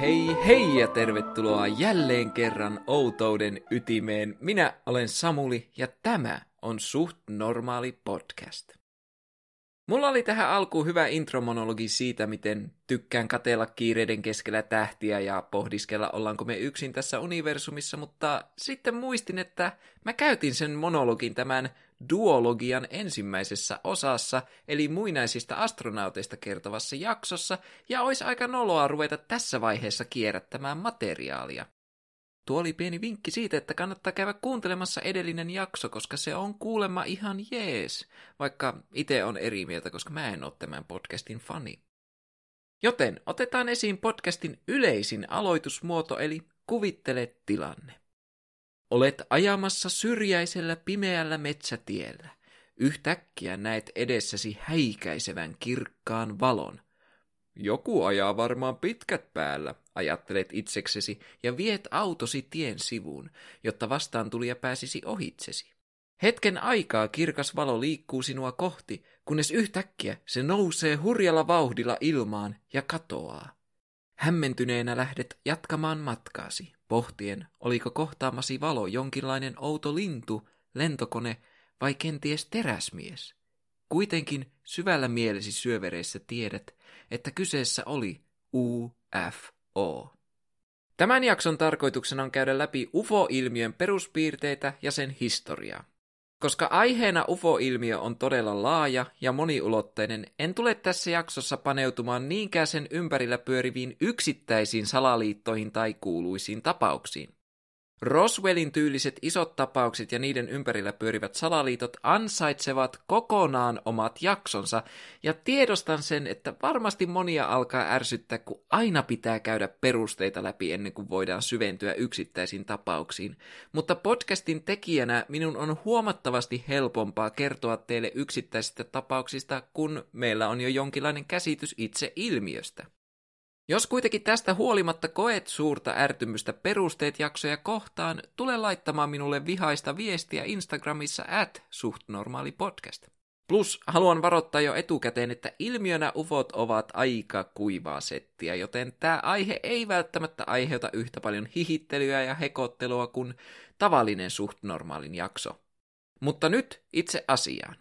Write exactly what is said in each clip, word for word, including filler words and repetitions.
Hei hei ja tervetuloa jälleen kerran outouden ytimeen. Minä olen Samuli ja tämä on Suht Normaali podcast. Mulla oli tähän alkuun hyvä intromonologi siitä, miten tykkään katsella kiireiden keskellä tähtiä ja pohdiskella, ollaanko me yksin tässä universumissa, mutta sitten muistin, että mä käytin sen monologin tämän duologian ensimmäisessä osassa, eli muinaisista astronauteista kertovassa jaksossa, ja olisi aika noloa ruveta tässä vaiheessa kierrättämään materiaalia. Tuo oli pieni vinkki siitä, että kannattaa käydä kuuntelemassa edellinen jakso, koska se on kuulemma ihan jees, vaikka itse on eri mieltä, koska mä en ole tämän podcastin fani. Joten otetaan esiin podcastin yleisin aloitusmuoto, eli kuvittele tilanne. Olet ajamassa syrjäisellä pimeällä metsätiellä. Yhtäkkiä näet edessäsi häikäisevän kirkkaan valon. Joku ajaa varmaan pitkät päällä, ajattelet itseksesi ja viet autosi tien sivuun, jotta vastaan tulija pääsisi ohitsesi. Hetken aikaa kirkas valo liikkuu sinua kohti, kunnes yhtäkkiä se nousee hurjalla vauhdilla ilmaan ja katoaa. Hämmentyneenä lähdet jatkamaan matkaasi, pohtien, oliko kohtaamasi valo jonkinlainen outo lintu, lentokone vai kenties teräsmies. Kuitenkin syvällä mielesi syövereissä tiedät, että kyseessä oli U F O. Tämän jakson tarkoituksena on käydä läpi U F O-ilmiön peruspiirteitä ja sen historiaa. Koska aiheena U F O-ilmiö on todella laaja ja moniulotteinen, en tule tässä jaksossa paneutumaan niinkään sen ympärillä pyöriviin yksittäisiin salaliittoihin tai kuuluisiin tapauksiin. Roswellin tyyliset isot tapaukset ja niiden ympärillä pyörivät salaliitot ansaitsevat kokonaan omat jaksonsa, ja tiedostan sen, että varmasti monia alkaa ärsyttää, kun aina pitää käydä perusteita läpi ennen kuin voidaan syventyä yksittäisiin tapauksiin. Mutta podcastin tekijänä minun on huomattavasti helpompaa kertoa teille yksittäisistä tapauksista, kun meillä on jo jonkinlainen käsitys itse ilmiöstä. Jos kuitenkin tästä huolimatta koet suurta ärtymystä perusteet jaksoja kohtaan, tule laittamaan minulle vihaista viestiä Instagramissa at suhtnormaalipodcast. Plus haluan varoittaa jo etukäteen, että ilmiönä ufot ovat aika kuivaa settiä, joten tämä aihe ei välttämättä aiheuta yhtä paljon hihittelyä ja hekottelua kuin tavallinen suhtnormaalin jakso. Mutta nyt itse asiaan.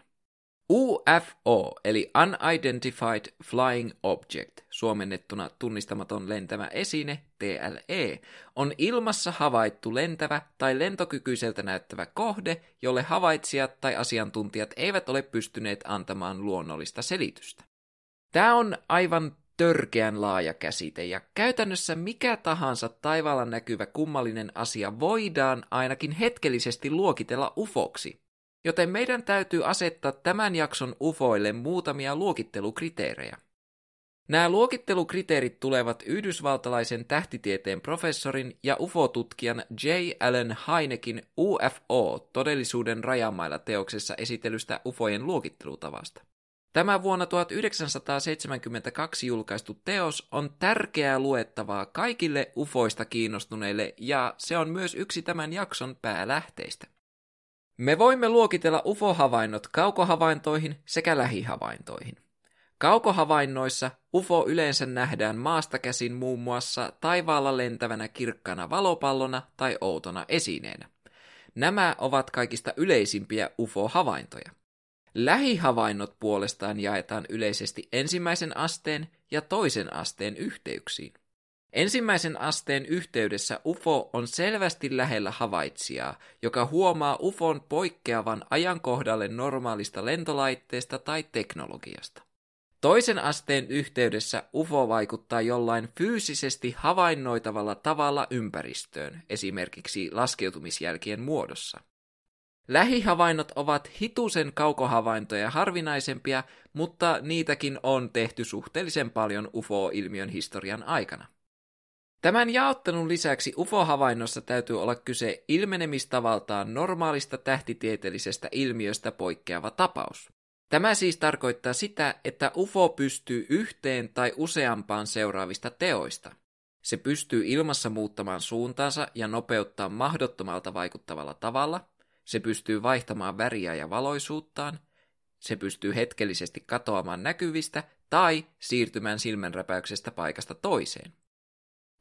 U F O eli Unidentified Flying Object, suomennettuna tunnistamaton lentävä esine, T L E, on ilmassa havaittu lentävä tai lentokykyiseltä näyttävä kohde, jolle havaitsijat tai asiantuntijat eivät ole pystyneet antamaan luonnollista selitystä. Tämä on aivan törkeän laaja käsite, ja käytännössä mikä tahansa taivaalla näkyvä kummallinen asia voidaan ainakin hetkellisesti luokitella ufoksi. Joten meidän täytyy asettaa tämän jakson ufoille muutamia luokittelukriteerejä. Nämä luokittelukriteerit tulevat yhdysvaltalaisen tähtitieteen professorin ja ufotutkijan J. Allen Hyneckin U F O todellisuuden rajamailla teoksessa esitellystä ufojen luokittelutavasta. Tämä vuonna tuhatyhdeksänsataaseitsemänkymmentäkaksi julkaistu teos on tärkeää luettavaa kaikille ufoista kiinnostuneille, ja se on myös yksi tämän jakson päälähteistä. Me voimme luokitella U F O-havainnot kaukohavaintoihin sekä lähihavaintoihin. Kaukohavainnoissa U F O yleensä nähdään maasta käsin muun muassa taivaalla lentävänä kirkkana valopallona tai outona esineenä. Nämä ovat kaikista yleisimpiä U F O-havaintoja. Lähihavainnot puolestaan jaetaan yleisesti ensimmäisen asteen ja toisen asteen yhteyksiin. Ensimmäisen asteen yhteydessä U F O on selvästi lähellä havaitsijaa, joka huomaa U F O:n poikkeavan ajankohdalle normaalista lentolaitteesta tai teknologiasta. Toisen asteen yhteydessä U F O vaikuttaa jollain fyysisesti havainnoitavalla tavalla ympäristöön, esimerkiksi laskeutumisjälkien muodossa. Lähihavainnot ovat hitusen kaukohavaintoja harvinaisempia, mutta niitäkin on tehty suhteellisen paljon U F O-ilmiön historian aikana. Tämän jaottelun lisäksi U F O-havainnossa täytyy olla kyse ilmenemistavaltaan normaalista tähtitieteellisestä ilmiöstä poikkeava tapaus. Tämä siis tarkoittaa sitä, että U F O pystyy yhteen tai useampaan seuraavista teoista. Se pystyy ilmassa muuttamaan suuntaansa ja nopeuttaa mahdottomalta vaikuttavalla tavalla. Se pystyy vaihtamaan väriä ja valoisuuttaan. Se pystyy hetkellisesti katoamaan näkyvistä tai siirtymään silmänräpäyksestä paikasta toiseen.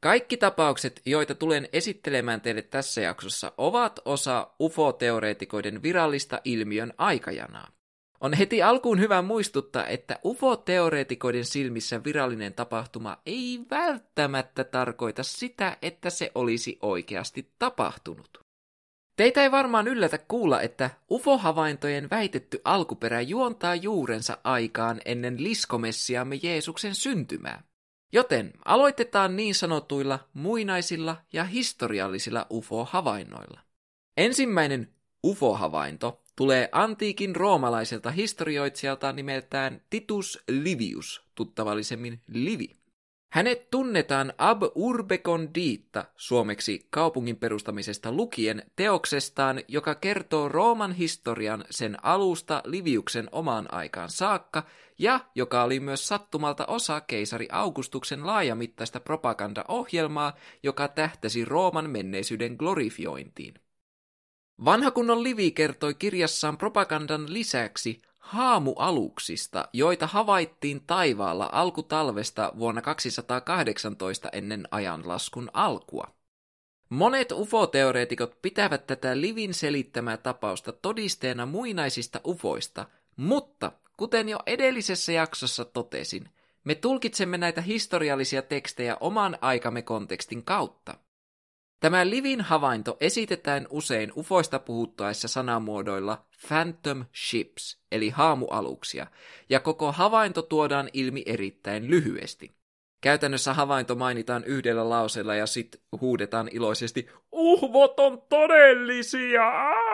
Kaikki tapaukset, joita tulen esittelemään teille tässä jaksossa, ovat osa U F O-teoreetikoiden virallista ilmiön aikajanaa. On heti alkuun hyvä muistuttaa, että U F O-teoreetikoiden silmissä virallinen tapahtuma ei välttämättä tarkoita sitä, että se olisi oikeasti tapahtunut. Teitä ei varmaan yllätä kuulla, että U F O-havaintojen väitetty alkuperä juontaa juurensa aikaan ennen liskomessiaamme Jeesuksen syntymää. Joten aloitetaan niin sanotuilla muinaisilla ja historiallisilla U F O-havainnoilla. Ensimmäinen U F O-havainto tulee antiikin roomalaiselta historioitsijalta nimeltään Titus Livius, tuttavallisemmin Livi. Hänet tunnetaan ab urbe condita, suomeksi kaupungin perustamisesta lukien, teoksestaan, joka kertoo Rooman historian sen alusta Liviuksen omaan aikaan saakka, ja joka oli myös sattumalta osa keisari Augustuksen laajamittaista propagandaohjelmaa, joka tähtäsi Rooman menneisyyden glorifiointiin. Vanhakunnon Livi kertoi kirjassaan propagandan lisäksi haamualuksista, joita havaittiin taivaalla alkutalvesta vuonna kaksisataakahdeksantoista ennen ajanlaskun alkua. Monet U F O-teoreetikot pitävät tätä Livin selittämää tapausta todisteena muinaisista ufoista, mutta kuten jo edellisessä jaksossa totesin, me tulkitsemme näitä historiallisia tekstejä oman aikamme kontekstin kautta. Tämä Livin havainto esitetään usein ufoista puhuttaessa sanamuodoilla phantom ships, eli haamualuksia, ja koko havainto tuodaan ilmi erittäin lyhyesti. Käytännössä havainto mainitaan yhdellä lauseella ja sit huudetaan iloisesti, uhvot on todellisia!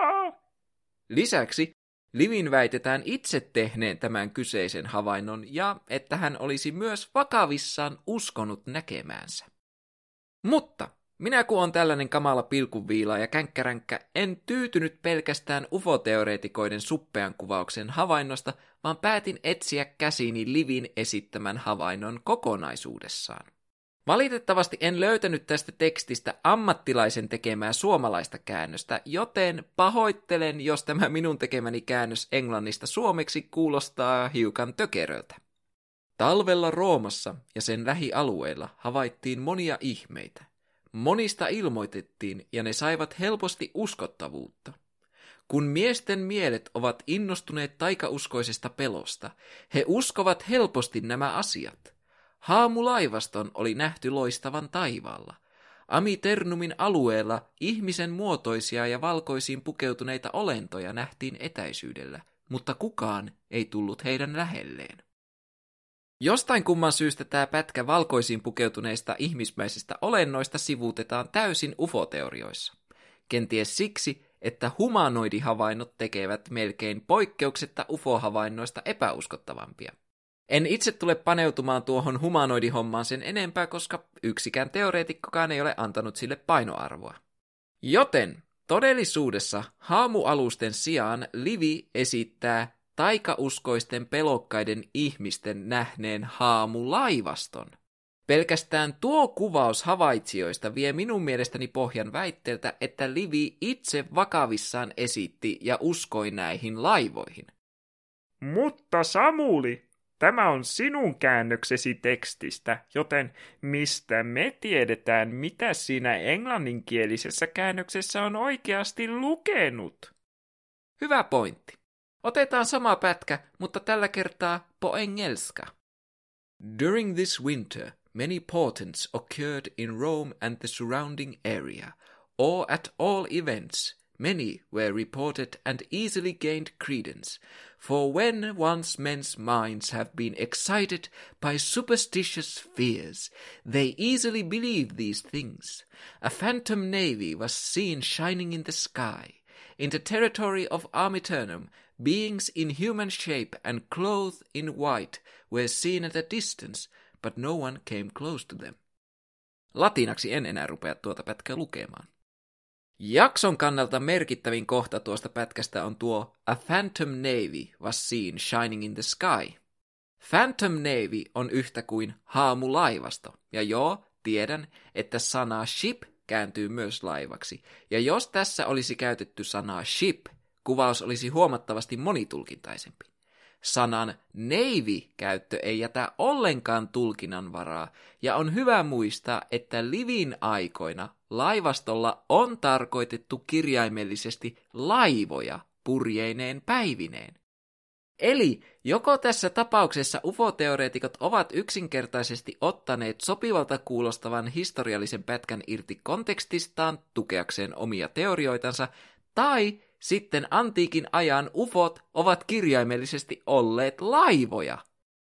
Lisäksi Livin väitetään itse tehneen tämän kyseisen havainnon ja että hän olisi myös vakavissaan uskonut näkemäänsä. Mutta minä kun on tällainen kamala pilkunviila ja känkkäränkkä, en tyytynyt pelkästään U F O-teoreetikoiden suppean kuvauksen havainnosta, vaan päätin etsiä käsiini Livin esittämän havainnon kokonaisuudessaan. Valitettavasti en löytänyt tästä tekstistä ammattilaisen tekemää suomalaista käännöstä, joten pahoittelen, jos tämä minun tekemäni käännös englannista suomeksi kuulostaa hiukan tökeröltä. Talvella Roomassa ja sen lähialueilla havaittiin monia ihmeitä. Monista ilmoitettiin ja ne saivat helposti uskottavuutta. Kun miesten mielet ovat innostuneet taikauskoisesta pelosta, he uskovat helposti nämä asiat. Haamulaivaston oli nähty loistavan taivaalla. Amiternumin alueella ihmisen muotoisia ja valkoisiin pukeutuneita olentoja nähtiin etäisyydellä, mutta kukaan ei tullut heidän lähelleen. Jostain kumman syystä tämä pätkä valkoisiin pukeutuneista ihmismäisistä olennoista sivuutetaan täysin U F O-teorioissa. Kenties siksi, että humanoidihavainnot tekevät melkein poikkeuksetta U F O-havainnoista epäuskottavampia. En itse tule paneutumaan tuohon humanoidihommaan sen enempää, koska yksikään teoreetikkokaan ei ole antanut sille painoarvoa. Joten todellisuudessa haamualusten sijaan Livi esittää taikauskoisten pelokkaiden ihmisten nähneen haamulaivaston. Pelkästään tuo kuvaus havaitsijoista vie minun mielestäni pohjan väitteeltä, että Livi itse vakavissaan esitti ja uskoi näihin laivoihin. Mutta Samuli, tämä on sinun käännöksesi tekstistä, joten mistä me tiedetään, mitä siinä englanninkielisessä käännöksessä on oikeasti lukenut? Hyvä pointti. Otetaan sama pätkä, mutta tällä kertaa po engelska. During this winter, many portents occurred in Rome and the surrounding area, or at all events, many were reported and easily gained credence, for when once men's minds have been excited by superstitious fears, they easily believe these things. A phantom navy was seen shining in the sky. In the territory of Amiternum, beings in human shape and clothed in white were seen at a distance, but no one came close to them. Latinaksi en enää rupea tuota pätkää lukemaan. Jakson kannalta merkittävin kohta tuosta pätkästä on tuo A Phantom Navy was seen shining in the sky. Phantom Navy on yhtä kuin haamulaivasto, ja joo, tiedän, että sana ship kääntyy myös laivaksi, ja jos tässä olisi käytetty sanaa ship, kuvaus olisi huomattavasti monitulkintaisempi. sanan navy-käyttö ei jätä ollenkaan tulkinnan varaa, ja on hyvä muistaa, että Livin aikoina laivastolla on tarkoitettu kirjaimellisesti laivoja purjeineen päivineen. Eli joko tässä tapauksessa ufoteoreetikot ovat yksinkertaisesti ottaneet sopivalta kuulostavan historiallisen pätkän irti kontekstistaan tukeakseen omia teorioitansa, tai sitten antiikin ajan ufot ovat kirjaimellisesti olleet laivoja.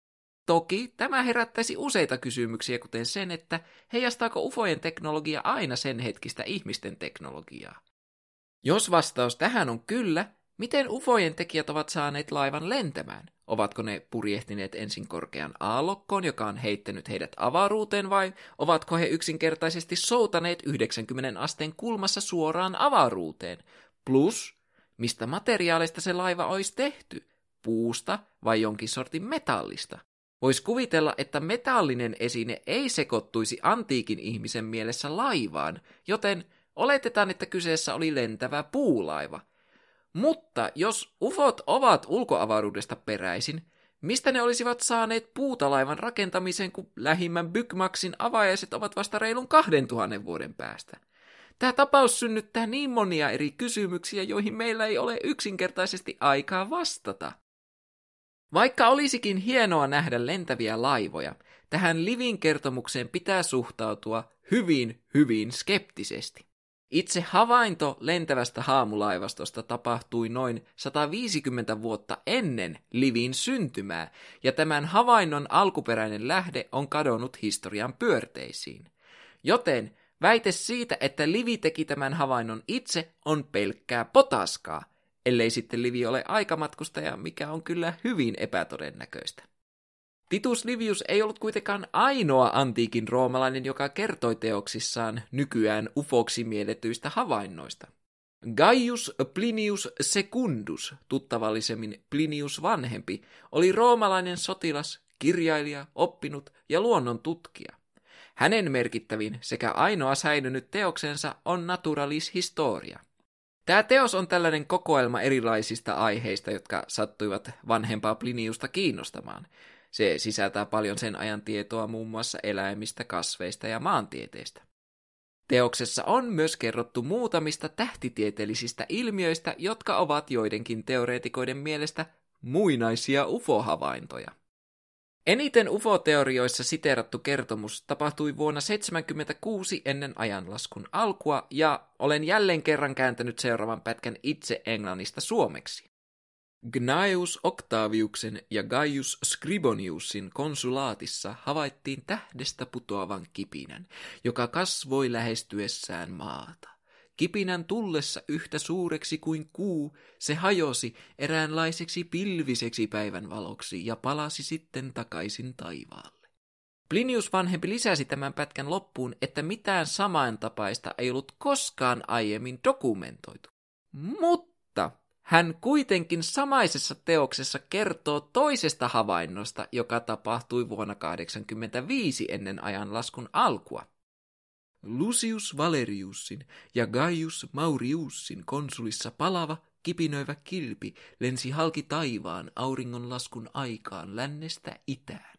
Toki tämä herättäisi useita kysymyksiä, kuten sen, että heijastaako ufojen teknologia aina sen hetkistä ihmisten teknologiaa. Jos vastaus tähän on kyllä, miten ufojen tekijät ovat saaneet laivan lentämään? Ovatko ne purjehtineet ensin korkean aallokkoon, joka on heittänyt heidät avaruuteen, vai ovatko he yksinkertaisesti soutaneet yhdeksänkymmentä asteen kulmassa suoraan avaruuteen? Plus, mistä materiaalista se laiva olisi tehty? Puusta vai jonkin sortin metallista? Voisi kuvitella, että metallinen esine ei sekoittuisi antiikin ihmisen mielessä laivaan, joten oletetaan, että kyseessä oli lentävä puulaiva. Mutta jos ufot ovat ulkoavaruudesta peräisin, mistä ne olisivat saaneet puutalaivan rakentamisen, kun lähimmän Byggmaxin avajaiset ovat vasta reilun kahden tuhannen vuoden päästä? Tämä tapaus synnyttää niin monia eri kysymyksiä, joihin meillä ei ole yksinkertaisesti aikaa vastata. Vaikka olisikin hienoa nähdä lentäviä laivoja, tähän Livin kertomukseen pitää suhtautua hyvin, hyvin skeptisesti. Itse havainto lentävästä haamulaivastosta tapahtui noin sata viisikymmentä vuotta ennen Livin syntymää, ja tämän havainnon alkuperäinen lähde on kadonnut historian pyörteisiin. Joten väite siitä, että Livi teki tämän havainnon itse, on pelkkää potaskaa, ellei sitten Livi ole aikamatkustaja, mikä on kyllä hyvin epätodennäköistä. Titus Livius ei ollut kuitenkaan ainoa antiikin roomalainen, joka kertoi teoksissaan nykyään ufoksi mielletyistä havainnoista. Gaius Plinius Secundus, tuttavallisemmin Plinius vanhempi, oli roomalainen sotilas, kirjailija, oppinut ja luonnontutkija. Hänen merkittävin sekä ainoa säilynyt teoksensa on Naturalis Historia. Tämä teos on tällainen kokoelma erilaisista aiheista, jotka sattuivat vanhempaa Pliniusta kiinnostamaan. Se sisältää paljon sen ajan tietoa muun muassa eläimistä, kasveista ja maantieteestä. Teoksessa on myös kerrottu muutamista tähtitieteellisistä ilmiöistä, jotka ovat joidenkin teoreetikoiden mielestä muinaisia ufohavaintoja. Eniten ufoteorioissa siteerattu kertomus tapahtui vuonna seitsemänkymmentäkuusi ennen ajanlaskun alkua, ja olen jälleen kerran kääntänyt seuraavan pätkän itse englannista suomeksi. Gnaeus Octaviuksen ja Gaius Scriboniusin konsulaatissa havaittiin tähdestä putoavan kipinän, joka kasvoi lähestyessään maata. Kipinän tullessa yhtä suureksi kuin kuu, se hajosi eräänlaiseksi pilviseksi päivänvaloksi ja palasi sitten takaisin taivaalle. Plinius vanhempi lisäsi tämän pätkän loppuun, että mitään samantapaista ei ollut koskaan aiemmin dokumentoitu. Mutta hän kuitenkin samaisessa teoksessa kertoo toisesta havainnosta, joka tapahtui vuonna kahdeksankymmentäviisi ennen ajanlaskun alkua. Lucius Valeriusin ja Gaius Mauriusin konsulissa palava, kipinöivä kilpi lensi halki taivaan auringonlaskun aikaan lännestä itään.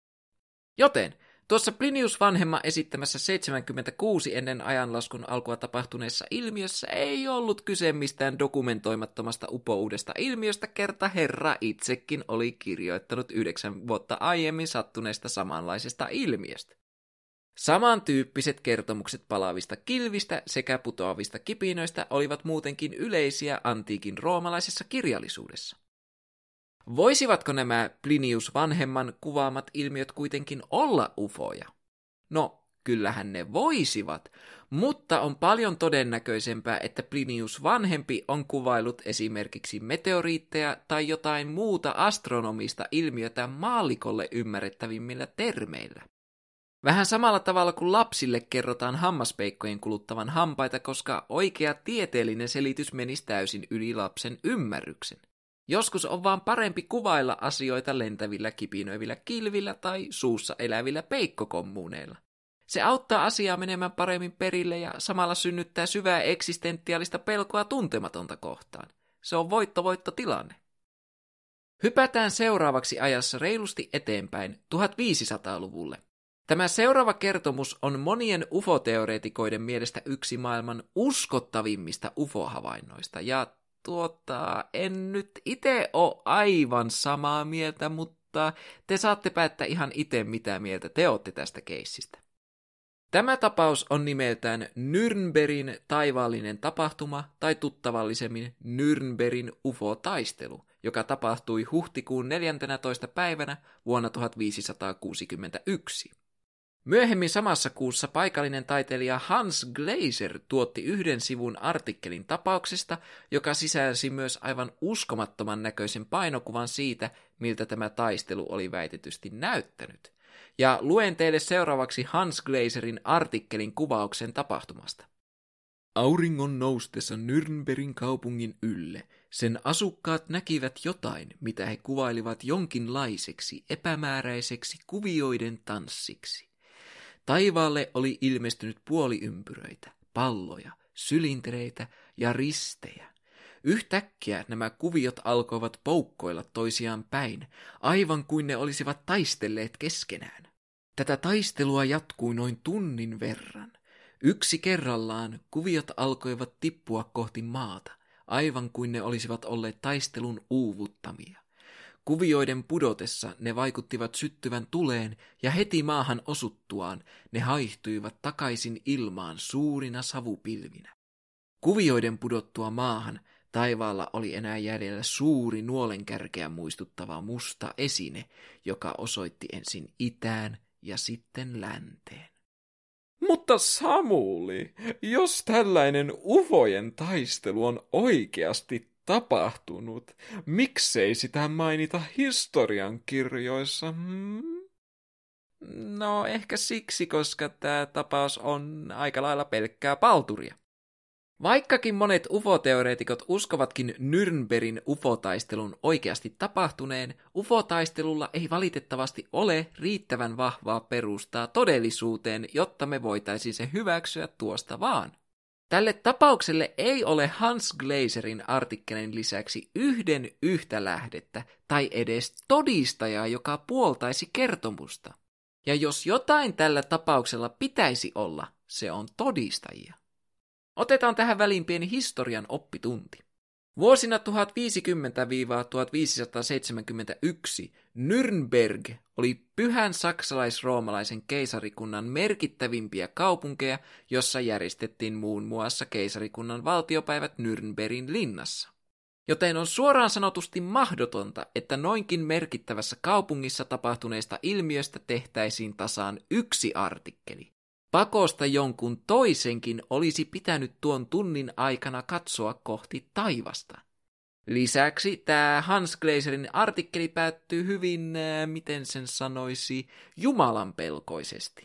Joten tuossa Plinius vanhemman esittämässä seitsemänkymmentäkuusi ennen ajanlaskun alkua tapahtuneessa ilmiössä ei ollut kyse mistään dokumentoimattomasta upouudesta ilmiöstä, kerta herra itsekin oli kirjoittanut yhdeksän vuotta aiemmin sattuneesta samanlaisesta ilmiöstä. Samantyyppiset kertomukset palaavista kilvistä sekä putoavista kipinöistä olivat muutenkin yleisiä antiikin roomalaisessa kirjallisuudessa. Voisivatko nämä Plinius vanhemman kuvaamat ilmiöt kuitenkin olla ufoja? No, kyllähän ne voisivat, mutta on paljon todennäköisempää, että Plinius vanhempi on kuvailut esimerkiksi meteoriitteja tai jotain muuta astronomista ilmiötä maallikolle ymmärrettävimmillä termeillä. Vähän samalla tavalla kuin lapsille kerrotaan hammaspeikkojen kuluttavan hampaita, koska oikea tieteellinen selitys menisi täysin yli lapsen ymmärryksen. Joskus on vaan parempi kuvailla asioita lentävillä kipinöivillä kilvillä tai suussa elävillä peikkokommuuneilla. Se auttaa asiaa menemään paremmin perille ja samalla synnyttää syvää eksistentiaalista pelkoa tuntematonta kohtaan. Se on voitto-voitto tilanne. Hypätään seuraavaksi ajassa reilusti eteenpäin tuhatviisisataaluvulle. Tämä seuraava kertomus on monien ufoteoreetikoiden mielestä yksi maailman uskottavimmista ufohavainnoista, ja tuota, en nyt itse ole aivan samaa mieltä, mutta te saatte päättää ihan itse, mitä mieltä te olette tästä keissistä. Tämä tapaus on nimeltään Nürnbergin taivaallinen tapahtuma, tai tuttavallisemmin Nürnbergin ufo-taistelu, joka tapahtui huhtikuun neljäntenätoista päivänä vuonna tuhatviisisataakuusikymmentäyksi. Myöhemmin samassa kuussa paikallinen taiteilija Hans Glaser tuotti yhden sivun artikkelin tapauksesta, joka sisälsi myös aivan uskomattoman näköisen painokuvan siitä, miltä tämä taistelu oli väitetysti näyttänyt. Ja luen teille seuraavaksi Hans Glaserin artikkelin kuvauksen tapahtumasta. Auringon noustessa Nürnbergin kaupungin ylle sen asukkaat näkivät jotain, mitä he kuvailivat jonkinlaiseksi epämääräiseksi kuvioiden tanssiksi. Taivaalle oli ilmestynyt puoliympyröitä, palloja, sylintereitä ja ristejä. Yhtäkkiä nämä kuviot alkoivat poukkoilla toisiaan päin, aivan kuin ne olisivat taistelleet keskenään. Tätä taistelua jatkui noin tunnin verran. Yksi kerrallaan kuviot alkoivat tippua kohti maata, aivan kuin ne olisivat olleet taistelun uuvuttamia. Kuvioiden pudotessa ne vaikuttivat syttyvän tuleen, ja heti maahan osuttuaan ne haihtuivat takaisin ilmaan suurina savupilvinä. Kuvioiden pudottua maahan taivaalla oli enää jäljellä suuri nuolenkärkeä muistuttava musta esine, joka osoitti ensin itään ja sitten länteen. Mutta Samuli, jos tällainen ufojen taistelu on oikeasti tapahtunut, miksei sitä mainita historiankirjoissa? Hmm? No ehkä siksi, koska tämä tapaus on aika lailla pelkkää palturia. Vaikkakin monet ufoteoreetikot uskovatkin Nürnbergin ufotaistelun oikeasti tapahtuneen, ufotaistelulla ei valitettavasti ole riittävän vahvaa perustaa todellisuuteen, jotta me voitaisiin se hyväksyä tuosta vaan. Tälle tapaukselle ei ole Hans Glaserin artikkelin lisäksi yhden yhtä lähdettä tai edes todistajaa, joka puoltaisi kertomusta. Ja jos jotain tällä tapauksella pitäisi olla, se on todistajia. Otetaan tähän väliin pieni historian oppitunti. Vuosina tuhatviisikymmentä–tuhatviisisataaseitsemänkymmentäyksi Nürnberg oli pyhän saksalais-roomalaisen keisarikunnan merkittävimpiä kaupunkeja, jossa järjestettiin muun muassa keisarikunnan valtiopäivät Nürnbergin linnassa. Joten on suoraan sanotusti mahdotonta, että noinkin merkittävässä kaupungissa tapahtuneesta ilmiöstä tehtäisiin tasaan yksi artikkeli. Pakosta jonkun toisenkin olisi pitänyt tuon tunnin aikana katsoa kohti taivasta. Lisäksi tämä Hans Glaserin artikkeli päättyy hyvin, äh, miten sen sanoisi, jumalanpelkoisesti.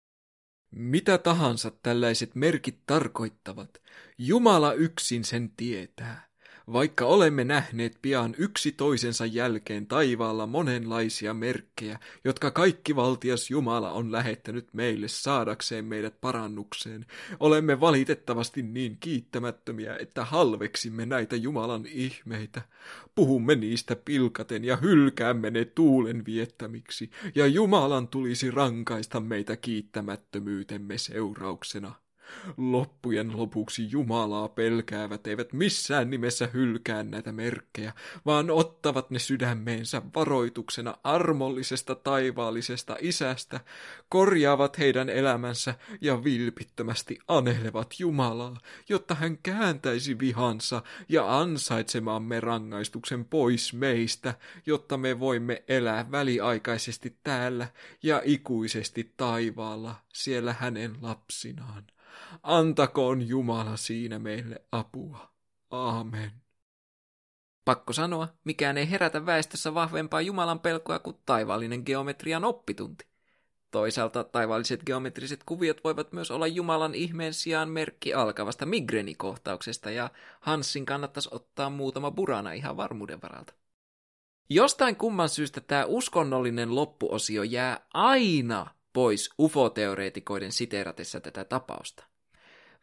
Mitä tahansa tällaiset merkit tarkoittavat, Jumala yksin sen tietää. Vaikka olemme nähneet pian yksi toisensa jälkeen taivaalla monenlaisia merkkejä, jotka kaikki valtias Jumala on lähettänyt meille saadakseen meidät parannukseen, olemme valitettavasti niin kiittämättömiä, että halveksimme näitä Jumalan ihmeitä. Puhumme niistä pilkaten ja hylkäämme ne tuulen viettämiksi, ja Jumalan tulisi rankaista meitä kiittämättömyytemme seurauksena. Loppujen lopuksi Jumalaa pelkäävät eivät missään nimessä hylkää näitä merkkejä, vaan ottavat ne sydämeensä varoituksena armollisesta taivaallisesta isästä, korjaavat heidän elämänsä ja vilpittömästi anelevat Jumalaa, jotta hän kääntäisi vihansa ja ansaitsemamme rangaistuksen pois meistä, jotta me voimme elää väliaikaisesti täällä ja ikuisesti taivaalla siellä hänen lapsinaan. Antakoon Jumala siinä meille apua. Aamen. Pakko sanoa, mikään ei herätä väestössä vahvempaa Jumalan pelkoa kuin taivaallinen geometrian oppitunti. Toisaalta taivaalliset geometriset kuviot voivat myös olla Jumalan ihmeen sijaan merkki alkavasta migreenikohtauksesta, ja Hansin kannattaisi ottaa muutama burana ihan varmuuden varalta. Jostain kumman syystä tämä uskonnollinen loppuosio jää aina pois ufoteoreetikoiden siteeratessa tätä tapausta.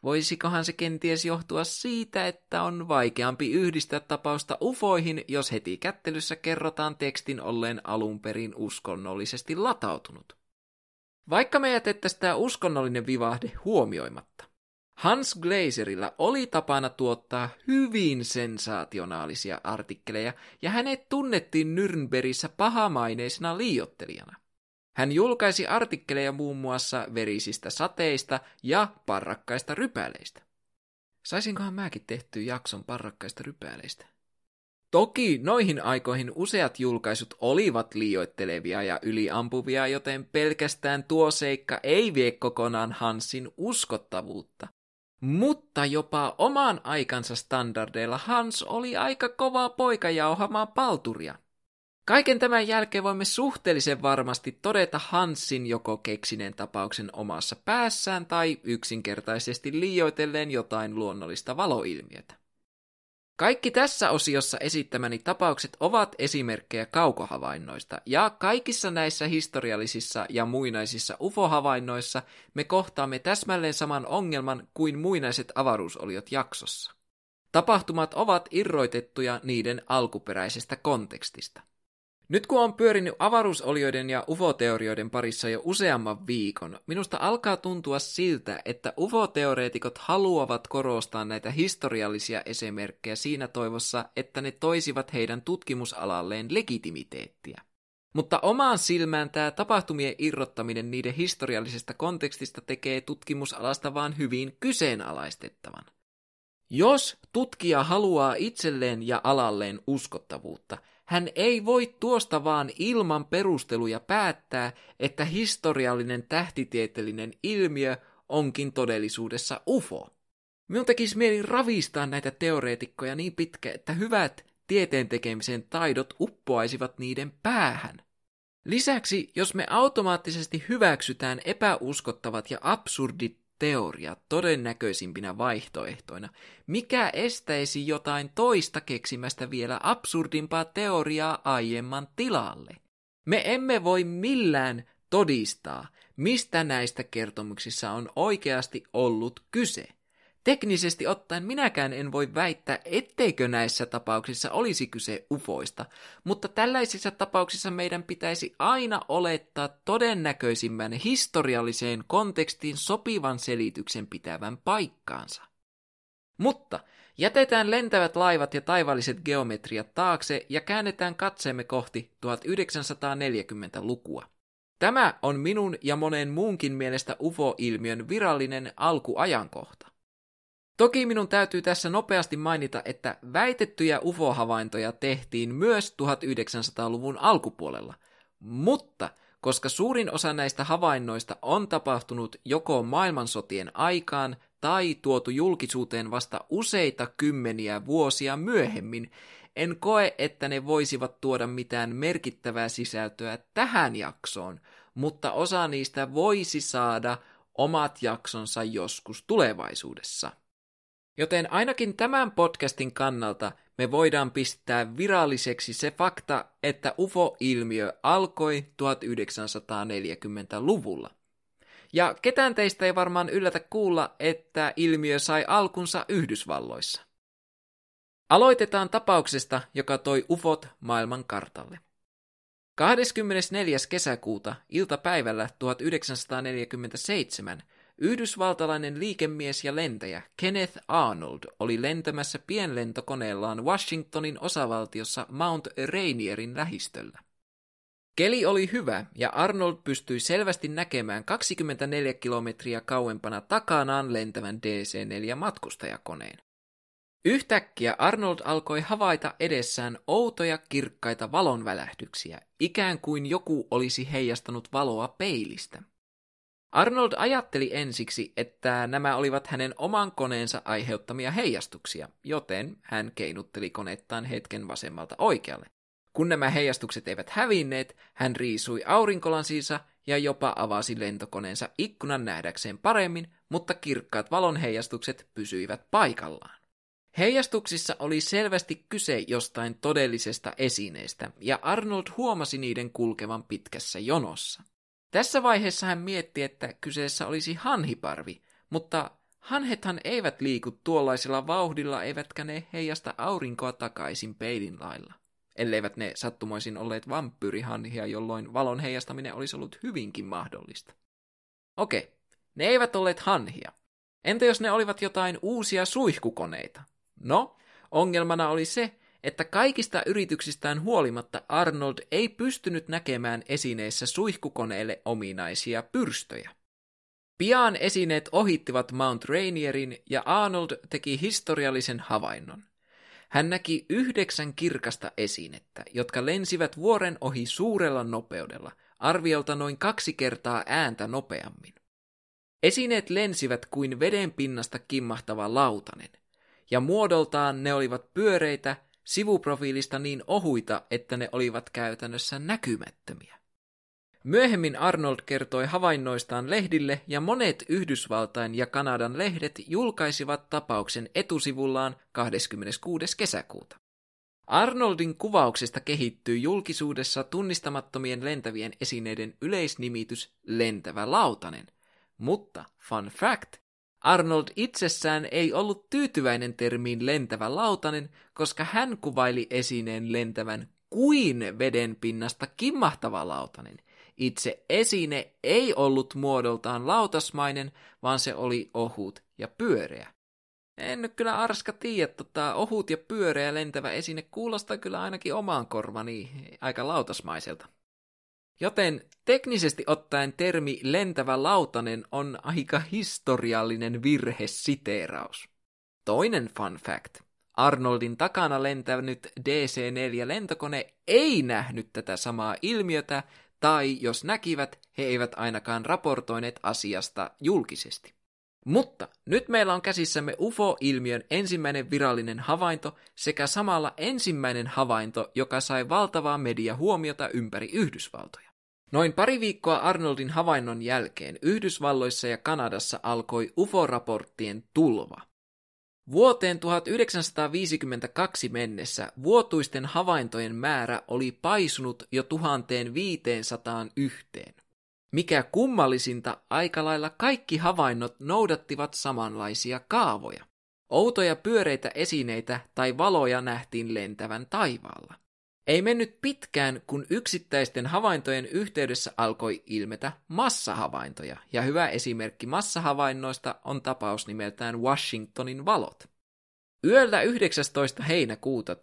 Voisikohan se kenties johtua siitä, että on vaikeampi yhdistää tapausta ufoihin, jos heti kättelyssä kerrotaan tekstin olleen alun perin uskonnollisesti latautunut? Vaikka me jätettäisiin tämä uskonnollinen vivahde huomioimatta. Hans Glazerilla oli tapana tuottaa hyvin sensaationaalisia artikkeleja, ja hänet tunnettiin Nürnbergissä pahamaineisena liioittelijana. Hän julkaisi artikkeleja muun muassa verisistä sateista ja parrakkaista rypäleistä. Saisinkohan mäkin tehtyä jakson parrakkaista rypäleistä? Toki noihin aikoihin useat julkaisut olivat liioittelevia ja yliampuvia, joten pelkästään tuo seikka ei vie kokonaan Hansin uskottavuutta. Mutta jopa oman aikansa standardeilla Hans oli aika kova poika jauhamaan palturia. Kaiken tämän jälkeen voimme suhteellisen varmasti todeta Hansin joko keksineen tapauksen omassa päässään tai yksinkertaisesti liioitelleen jotain luonnollista valoilmiötä. Kaikki tässä osiossa esittämäni tapaukset ovat esimerkkejä kaukohavainnoista, ja kaikissa näissä historiallisissa ja muinaisissa U F O-havainnoissa me kohtaamme täsmälleen saman ongelman kuin muinaiset avaruusoliot jaksossa. Tapahtumat ovat irroitettuja niiden alkuperäisestä kontekstista. Nyt kun on pyörinyt avaruusolioiden ja U F O-teorioiden parissa jo useamman viikon, minusta alkaa tuntua siltä, että U F O-teoreetikot haluavat korostaa näitä historiallisia esimerkkejä siinä toivossa, että ne toisivat heidän tutkimusalalleen legitimiteettiä. Mutta omaan silmään tämä tapahtumien irrottaminen niiden historiallisesta kontekstista tekee tutkimusalasta vaan hyvin kyseenalaistettavan. Jos tutkija haluaa itselleen ja alalleen uskottavuutta, hän ei voi tuosta vaan ilman perusteluja päättää, että historiallinen tähtitieteellinen ilmiö onkin todellisuudessa U F O. Minun tekisi mieli ravistaa näitä teoreetikkoja niin pitkä, että hyvät tieteen tekemisen taidot uppoaisivat niiden päähän. Lisäksi, jos me automaattisesti hyväksytään epäuskottavat ja absurdit teoriat todennäköisimpinä vaihtoehtoina, mikä estäisi jotain toista keksimästä vielä absurdimpaa teoriaa aiemman tilalle? Me emme voi millään todistaa, mistä näistä kertomuksissa on oikeasti ollut kyse. Teknisesti ottaen minäkään en voi väittää, etteikö näissä tapauksissa olisi kyse ufoista, mutta tällaisissa tapauksissa meidän pitäisi aina olettaa todennäköisimmän historialliseen kontekstiin sopivan selityksen pitävän paikkaansa. Mutta jätetään lentävät laivat ja taivaalliset geometriat taakse ja käännetään katseemme kohti tuhatyhdeksänsataaneljäkymmentälukua. Tämä on minun ja monen muunkin mielestä U F O-ilmiön virallinen alkuajankohta. Toki minun täytyy tässä nopeasti mainita, että väitettyjä U F O-havaintoja tehtiin myös tuhatyhdeksänsataaluvun alkupuolella, mutta koska suurin osa näistä havainnoista on tapahtunut joko maailmansotien aikaan tai tuotu julkisuuteen vasta useita kymmeniä vuosia myöhemmin, en koe, että ne voisivat tuoda mitään merkittävää sisältöä tähän jaksoon, mutta osa niistä voisi saada omat jaksonsa joskus tulevaisuudessa. Joten ainakin tämän podcastin kannalta me voidaan pistää viralliseksi se fakta, että U F O-ilmiö alkoi tuhatyhdeksänsataaneljäkymmentäluvulla. Ja ketään teistä ei varmaan yllätä kuulla, että ilmiö sai alkunsa Yhdysvalloissa. Aloitetaan tapauksesta, joka toi U F Ot maailman kartalle. kahdeskymmenesneljäs kesäkuuta iltapäivällä tuhatyhdeksänsataaneljäkymmentäseitsemän yhdysvaltalainen liikemies ja lentäjä Kenneth Arnold oli lentämässä pienlentokoneellaan Washingtonin osavaltiossa Mount Rainierin lähistöllä. Keli oli hyvä ja Arnold pystyi selvästi näkemään kaksikymmentäneljä kilometriä kauempana takanaan lentävän D C neljä matkustajakoneen. Yhtäkkiä Arnold alkoi havaita edessään outoja kirkkaita valonvälähdyksiä, ikään kuin joku olisi heijastanut valoa peilistä. Arnold ajatteli ensiksi, että nämä olivat hänen oman koneensa aiheuttamia heijastuksia, joten hän keinutteli konettaan hetken vasemmalta oikealle. Kun nämä heijastukset eivät hävinneet, hän riisui aurinkolansinsa ja jopa avasi lentokoneensa ikkunan nähdäkseen paremmin, mutta kirkkaat valonheijastukset pysyivät paikallaan. Heijastuksissa oli selvästi kyse jostain todellisesta esineestä, ja Arnold huomasi niiden kulkevan pitkässä jonossa. Tässä vaiheessa hän mietti, että kyseessä olisi hanhiparvi, mutta hanhethan eivät liiku tuollaisella vauhdilla, eivätkä ne heijasta aurinkoa takaisin peilin lailla, elleivät ne sattumoisin olleet vampyyrihanhia, jolloin valon heijastaminen olisi ollut hyvinkin mahdollista. Okei, ne eivät olleet hanhia. Entä jos ne olivat jotain uusia suihkukoneita? No, ongelmana oli se, että kaikista yrityksistään huolimatta Arnold ei pystynyt näkemään esineissä suihkukoneelle ominaisia pyrstöjä. Pian esineet ohittivat Mount Rainierin ja Arnold teki historiallisen havainnon. Hän näki yhdeksän kirkasta esinettä, jotka lensivät vuoren ohi suurella nopeudella, arviolta noin kaksi kertaa ääntä nopeammin. Esineet lensivät kuin veden pinnasta kimmahtava lautanen, ja muodoltaan ne olivat pyöreitä, sivuprofiilista niin ohuita, että ne olivat käytännössä näkymättömiä. Myöhemmin Arnold kertoi havainnoistaan lehdille, ja monet Yhdysvaltain ja Kanadan lehdet julkaisivat tapauksen etusivullaan kahdeskymmeneskuudes kesäkuuta. Arnoldin kuvauksesta kehittyy julkisuudessa tunnistamattomien lentävien esineiden yleisnimitys lentävä lautanen, mutta fun fact, Arnold itsessään ei ollut tyytyväinen termiin lentävä lautanen, koska hän kuvaili esineen lentävän kuin veden pinnasta kimmahtava lautanen. Itse esine ei ollut muodoltaan lautasmainen, vaan se oli ohut ja pyöreä. En nyt kyllä Arska tiedä, tota, ohut ja pyöreä lentävä esine kuulostaa kyllä ainakin omaan korvani aika lautasmaiselta. Joten teknisesti ottaen termi lentävä lautanen on aika historiallinen virhesiteeraus. Toinen fun fact. Arnoldin takana lentänyt D C neljä lentokone ei nähnyt tätä samaa ilmiötä, tai jos näkivät, he eivät ainakaan raportoineet asiasta julkisesti. Mutta nyt meillä on käsissämme U F O-ilmiön ensimmäinen virallinen havainto sekä samalla ensimmäinen havainto, joka sai valtavaa mediahuomiota ympäri Yhdysvaltoja. Noin pari viikkoa Arnoldin havainnon jälkeen Yhdysvalloissa ja Kanadassa alkoi U F O-raporttien tulva. Vuoteen tuhatyhdeksänsataaviisikymmentäkaksi mennessä vuotuisten havaintojen määrä oli paisunut jo tuhatviisisataa yhteen. Mikä kummallisinta, aika lailla kaikki havainnot noudattivat samanlaisia kaavoja. Outoja pyöreitä esineitä tai valoja nähtiin lentävän taivaalla. Ei mennyt pitkään, kun yksittäisten havaintojen yhteydessä alkoi ilmetä massahavaintoja, ja hyvä esimerkki massahavainnoista on tapaus nimeltään Washingtonin valot. Yöllä yhdeksästoista heinäkuuta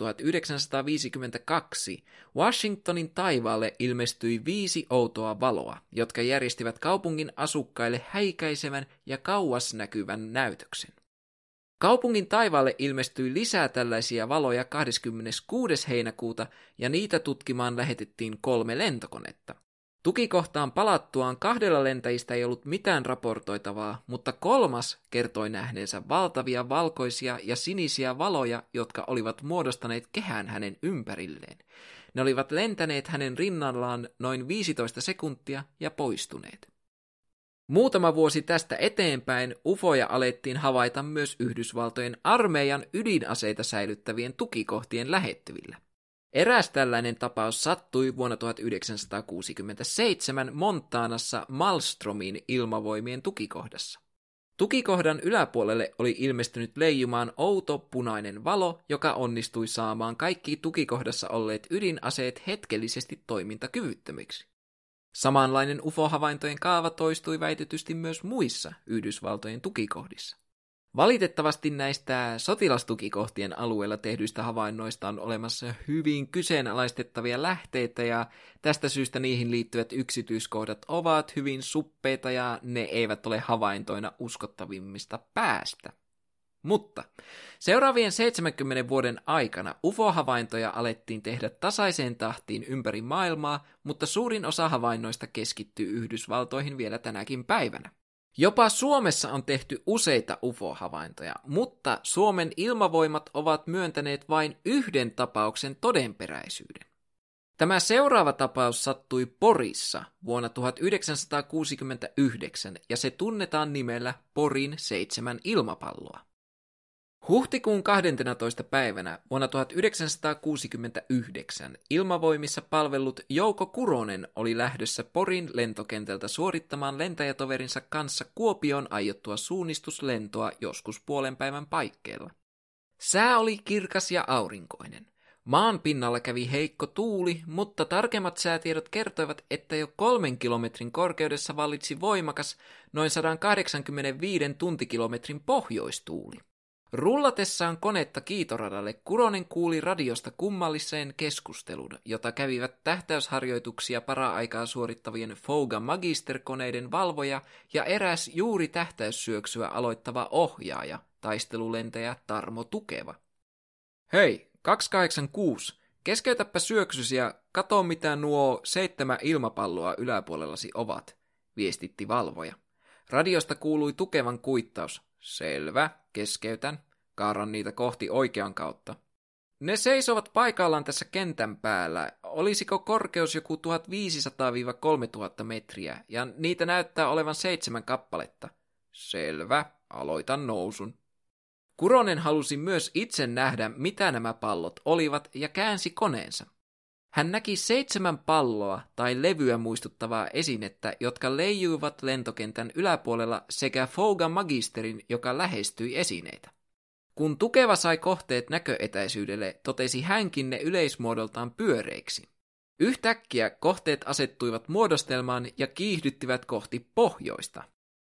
tuhatyhdeksänsataaviisikymmentäkaksi Washingtonin taivaalle ilmestyi viisi outoa valoa, jotka järjestivät kaupungin asukkaille häikäisevän ja kauas näkyvän näytöksen. Kaupungin taivaalle ilmestyi lisää tällaisia valoja kahdeskymmeneskuudes heinäkuuta ja niitä tutkimaan lähetettiin kolme lentokonetta. Tukikohtaan palattuaan kahdella lentäjistä ei ollut mitään raportoitavaa, mutta kolmas kertoi nähneensä valtavia valkoisia ja sinisiä valoja, jotka olivat muodostaneet kehän hänen ympärilleen. Ne olivat lentäneet hänen rinnallaan noin viisitoista sekuntia ja poistuneet. Muutama vuosi tästä eteenpäin ufoja alettiin havaita myös Yhdysvaltojen armeijan ydinaseita säilyttävien tukikohtien lähettyvillä. Eräs tällainen tapaus sattui vuonna tuhatyhdeksänsataakuusikymmentäseitsemän Montanassa Malmstromin ilmavoimien tukikohdassa. Tukikohdan yläpuolelle oli ilmestynyt leijumaan outo punainen valo, joka onnistui saamaan kaikki tukikohdassa olleet ydinaseet hetkellisesti toimintakyvyttömiksi. Samanlainen U F O-havaintojen kaava toistui väitetysti myös muissa Yhdysvaltojen tukikohdissa. Valitettavasti näistä sotilastukikohtien alueella tehdyistä havainnoista on olemassa hyvin kyseenalaistettavia lähteitä ja tästä syystä niihin liittyvät yksityiskohdat ovat hyvin suppeita ja ne eivät ole havaintoina uskottavimmista päästä. Mutta seuraavien seitsemänkymmenen vuoden aikana U F O-havaintoja alettiin tehdä tasaiseen tahtiin ympäri maailmaa, mutta suurin osa havainnoista keskittyy Yhdysvaltoihin vielä tänäkin päivänä. Jopa Suomessa on tehty useita U F O-havaintoja, mutta Suomen ilmavoimat ovat myöntäneet vain yhden tapauksen todenperäisyyden. Tämä seuraava tapaus sattui Porissa vuonna tuhatyhdeksänsataakuusikymmentäyhdeksän ja se tunnetaan nimellä Porin seitsemän ilmapalloa. Huhtikuun kahdenteentoista päivänä vuonna tuhatyhdeksänsataakuusikymmentäyhdeksän ilmavoimissa palvellut Jouko Kuronen oli lähdössä Porin lentokentältä suorittamaan lentäjätoverinsa kanssa Kuopioon aiottua suunnistuslentoa joskus puolen päivän paikkeilla. Sää oli kirkas ja aurinkoinen. Maan pinnalla kävi heikko tuuli, mutta tarkemmat säätiedot kertoivat, että jo kolmen kilometrin korkeudessa vallitsi voimakas noin sata kahdeksankymmentäviisi tuntikilometrin pohjoistuuli. Rullatessaan konetta kiitoradalle Kuronen kuuli radiosta kummalliseen keskustelun, jota kävivät tähtäysharjoituksia para-aikaa suorittavien Fouga Magister-koneiden valvoja ja eräs juuri tähtäyssyöksyä aloittava ohjaaja, taistelulentäjä Tarmo Tukeva. Hei, kaksisataakahdeksankymmentäkuusi, keskeytäpä syöksysi ja kato mitä nuo seitsemän ilmapalloa yläpuolellasi ovat, viestitti valvoja. Radiosta kuului Tukevan kuittaus. Selvä, keskeytän. Kaaran niitä kohti oikean kautta. Ne seisovat paikallaan tässä kentän päällä. Olisiko korkeus joku tuhatviisisataa kolmetuhatta metriä, ja niitä näyttää olevan seitsemän kappaletta. Selvä, aloitan nousun. Kuronen halusi myös itse nähdä, mitä nämä pallot olivat, ja käänsi koneensa. Hän näki seitsemän palloa tai levyä muistuttavaa esinettä, jotka leijuivat lentokentän yläpuolella sekä Fouga Magisterin, joka lähestyi esineitä. Kun Tukeva sai kohteet näköetäisyydelle, totesi hänkin ne yleismuodoltaan pyöreiksi. Yhtäkkiä kohteet asettuivat muodostelmaan ja kiihdyttivät kohti pohjoista.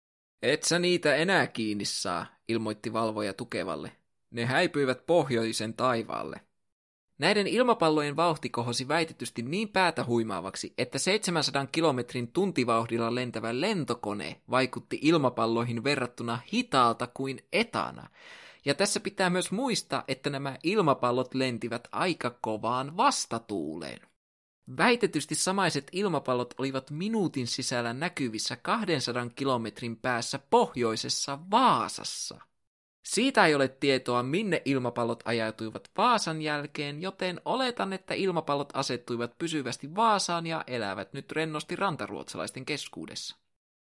Et sä niitä enää kiinni saa, ilmoitti valvoja Tukevalle. Ne häipyivät pohjoisen taivaalle. Näiden ilmapallojen vauhti kohosi väitetysti niin päätä huimaavaksi, että seitsemänsadan kilometrin tuntivauhdilla lentävä lentokone vaikutti ilmapalloihin verrattuna hitaalta kuin etana. Ja tässä pitää myös muistaa, että nämä ilmapallot lentivät aika kovaan vastatuuleen. Väitetysti samaiset ilmapallot olivat minuutin sisällä näkyvissä kahdensadan kilometrin päässä pohjoisessa Vaasassa. Siitä ei ole tietoa, minne ilmapallot ajautuivat Vaasan jälkeen, joten oletan, että ilmapallot asettuivat pysyvästi Vaasaan ja elävät nyt rennosti rantaruotsalaisten keskuudessa.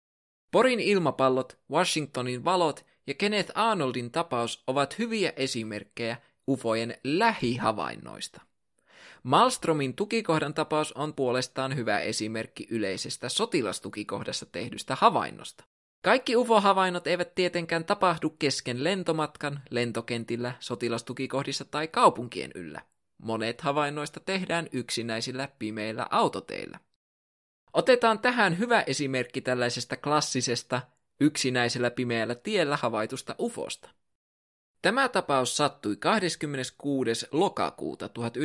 Porin ilmapallot, Washingtonin valot ja Kenneth Arnoldin tapaus ovat hyviä esimerkkejä ufojen lähihavainnoista. Malmströmin tukikohdan tapaus on puolestaan hyvä esimerkki yleisestä sotilastukikohdassa tehdystä havainnosta. Kaikki U F O-havainnot eivät tietenkään tapahdu kesken lentomatkan, lentokentillä, sotilastukikohdissa tai kaupunkien yllä. Monet havainnoista tehdään yksinäisillä pimeillä autoteillä. Otetaan tähän hyvä esimerkki tällaisesta klassisesta, yksinäisellä pimeällä tiellä havaitusta ufosta. Tämä tapaus sattui kahdeskymmeneskuudes lokakuuta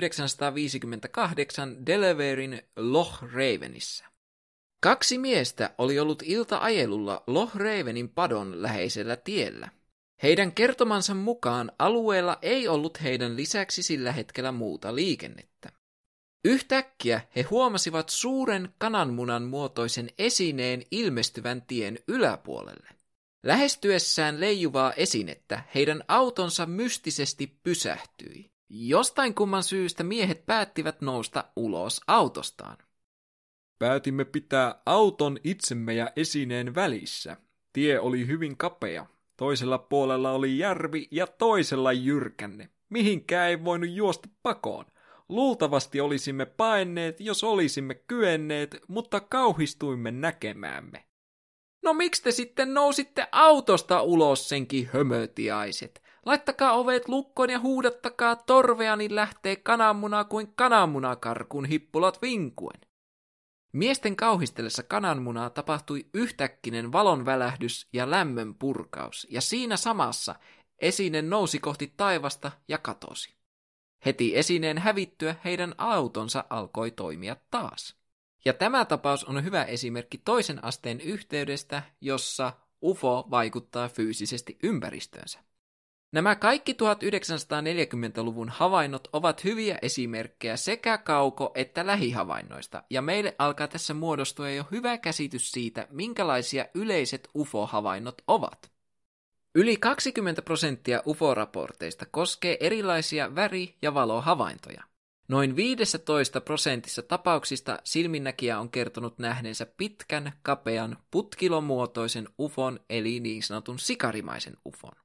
tuhatyhdeksänsataaviisikymmentäkahdeksan Delawarein Loch Ravenissä. Kaksi miestä oli ollut ilta-ajelulla Loch Ravenin padon läheisellä tiellä. Heidän kertomansa mukaan alueella ei ollut heidän lisäksi sillä hetkellä muuta liikennettä. Yhtäkkiä he huomasivat suuren kananmunan muotoisen esineen ilmestyvän tien yläpuolelle. Lähestyessään leijuvaa esinettä heidän autonsa mystisesti pysähtyi. Jostain kumman syystä miehet päättivät nousta ulos autostaan. Päätimme pitää auton itsemme ja esineen välissä. Tie oli hyvin kapea. Toisella puolella oli järvi ja toisella jyrkänne. Mihinkään ei voinut juosta pakoon. Luultavasti olisimme paenneet, jos olisimme kyenneet, mutta kauhistuimme näkemäämme. No miksi te sitten nousitte autosta ulos senkin hömötiaiset? Laittakaa ovet lukkoon ja huudattakaa torvea, niin lähtee kananmuna kuin kananmunakarkun hippulat vinkuen. Miesten kauhistellessa kananmunaa tapahtui yhtäkkinen valon välähdys ja lämmön purkaus, ja siinä samassa esine nousi kohti taivasta ja katosi. Heti esineen hävittyä heidän autonsa alkoi toimia taas. Ja tämä tapaus on hyvä esimerkki toisen asteen yhteydestä, jossa U F O vaikuttaa fyysisesti ympäristöönsä. Nämä kaikki tuhatyhdeksänsataaneljäkymmentäluvun havainnot ovat hyviä esimerkkejä sekä kauko- että lähihavainnoista, ja meille alkaa tässä muodostua jo hyvä käsitys siitä, minkälaisia yleiset U F O-havainnot ovat. Yli kaksikymmentä prosenttia U F O-raporteista koskee erilaisia väri- ja valohavaintoja. Noin viisitoista prosentissa tapauksista silminnäkijä on kertonut nähneensä pitkän, kapean, putkilomuotoisen ufon eli niin sanotun sikarimaisen ufon.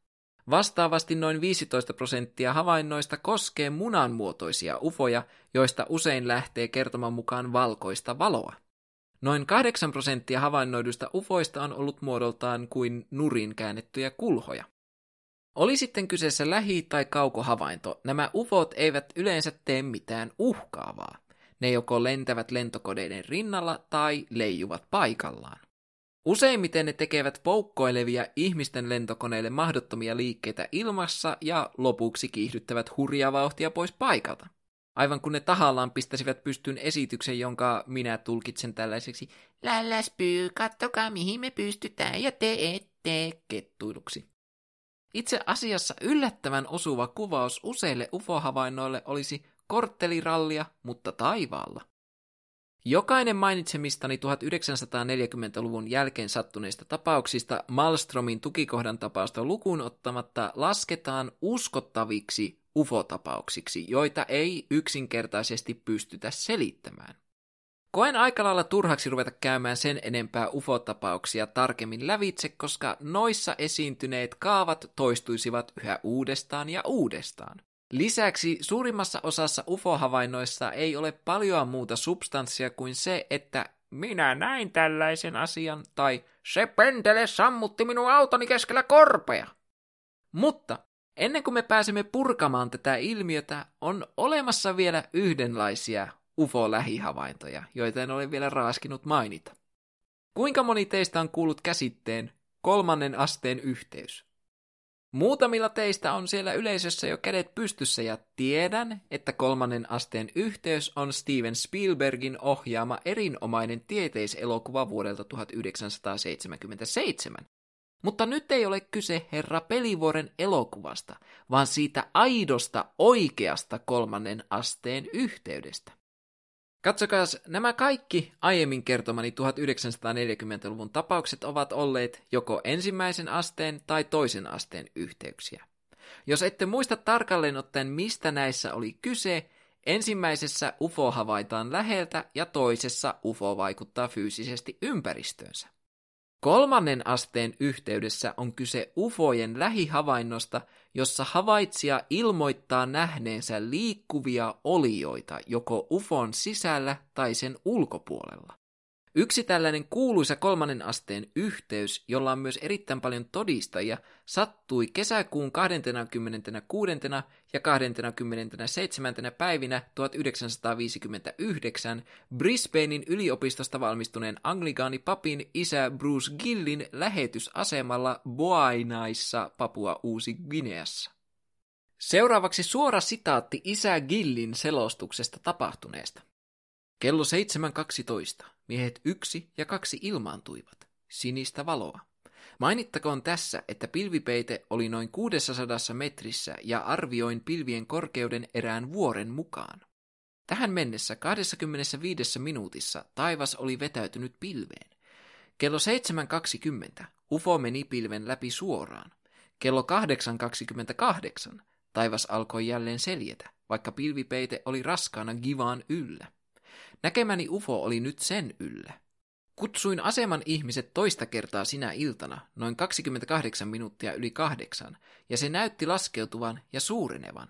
Vastaavasti noin viisitoista prosenttia havainnoista koskee munanmuotoisia ufoja, joista usein lähtee kertoman mukaan valkoista valoa. Noin kahdeksan prosenttia havainnoiduista ufoista on ollut muodoltaan kuin nurin käännettyjä kulhoja. Oli sitten kyseessä lähi- tai kaukohavainto, nämä ufot eivät yleensä tee mitään uhkaavaa. Ne joko lentävät lentokoneiden rinnalla tai leijuvat paikallaan. Useimmiten ne tekevät poukkoilevia ihmisten lentokoneille mahdottomia liikkeitä ilmassa ja lopuksi kiihdyttävät hurjaa vauhtia pois paikalta. Aivan kun ne tahallaan pistäisivät pystyyn esityksen, jonka minä tulkitsen tällaiseksi lälläspyy, kattokaa mihin me pystytään ja te ette kettuiluksi. Itse asiassa yllättävän osuva kuvaus useille ufo-havainnoille olisi korttelirallia, mutta taivaalla. Jokainen mainitsemistani tuhatyhdeksänsataaneljäkymmentäluvun jälkeen sattuneista tapauksista Malmströmin tukikohdan tapausta lukuun ottamatta lasketaan uskottaviksi ufotapauksiksi, joita ei yksinkertaisesti pystytä selittämään. Koen aika lailla turhaksi ruveta käymään sen enempää ufotapauksia tarkemmin lävitse, koska noissa esiintyneet kaavat toistuisivat yhä uudestaan ja uudestaan. Lisäksi suurimmassa osassa ufo-havainnoissa ei ole paljon muuta substanssia kuin se, että minä näin tällaisen asian tai se pentele sammutti minun autoni keskellä korpea. Mutta ennen kuin me pääsemme purkamaan tätä ilmiötä, on olemassa vielä yhdenlaisia ufo-lähihavaintoja, joita en ole vielä raaskinut mainita. Kuinka moni teistä on kuullut käsitteen kolmannen asteen yhteys? Muutamilla teistä on siellä yleisössä jo kädet pystyssä ja tiedän, että kolmannen asteen yhteys on Steven Spielbergin ohjaama erinomainen tieteiselokuva vuodelta tuhatyhdeksänsataaseitsemänkymmentäseitsemän. Mutta nyt ei ole kyse Herra Pelivuoren elokuvasta, vaan siitä aidosta oikeasta kolmannen asteen yhteydestä. Katsokaas, nämä kaikki aiemmin kertomani tuhatyhdeksänsataaneljäkymmentäluvun tapaukset ovat olleet joko ensimmäisen asteen tai toisen asteen yhteyksiä. Jos ette muista tarkalleen ottaen, mistä näissä oli kyse, ensimmäisessä U F O havaitaan läheltä ja toisessa U F O vaikuttaa fyysisesti ympäristöönsä. Kolmannen asteen yhteydessä on kyse ufojen lähihavainnosta, jossa havaitsija ilmoittaa nähneensä liikkuvia olioita joko ufon sisällä tai sen ulkopuolella. Yksi tällainen kuuluisa kolmannen asteen yhteys, jolla on myös erittäin paljon todistajia, sattui kesäkuun kahdeskymmeneskuudes ja kahdeskymmenesseitsemäs päivinä tuhatyhdeksänsataaviisikymmentäyhdeksän Brisbanein yliopistosta valmistuneen anglikaanipapin isä Bruce Gillin lähetysasemalla Boainaissa, Papua Uusi-Guineassa. Seuraavaksi suora sitaatti isä Gillin selostuksesta tapahtuneesta. Kello seitsemän kaksitoista. Miehet yksi ja kaksi ilmaantuivat. Sinistä valoa. Mainittakoon tässä, että pilvipeite oli noin kuusisataa metrissä ja arvioin pilvien korkeuden erään vuoren mukaan. Tähän mennessä kaksikymmentäviisi minuutissa taivas oli vetäytynyt pilveen. Kello seitsemän kaksikymmentä U F O meni pilven läpi suoraan. Kello kahdeksan kaksikymmentäkahdeksan taivas alkoi jälleen seljetä, vaikka pilvipeite oli raskaana Givaan yllä. Näkemäni U F O oli nyt sen yllä. Kutsuin aseman ihmiset toista kertaa sinä iltana, noin kaksikymmentäkahdeksan minuuttia yli kahdeksan, ja se näytti laskeutuvan ja suurenevan.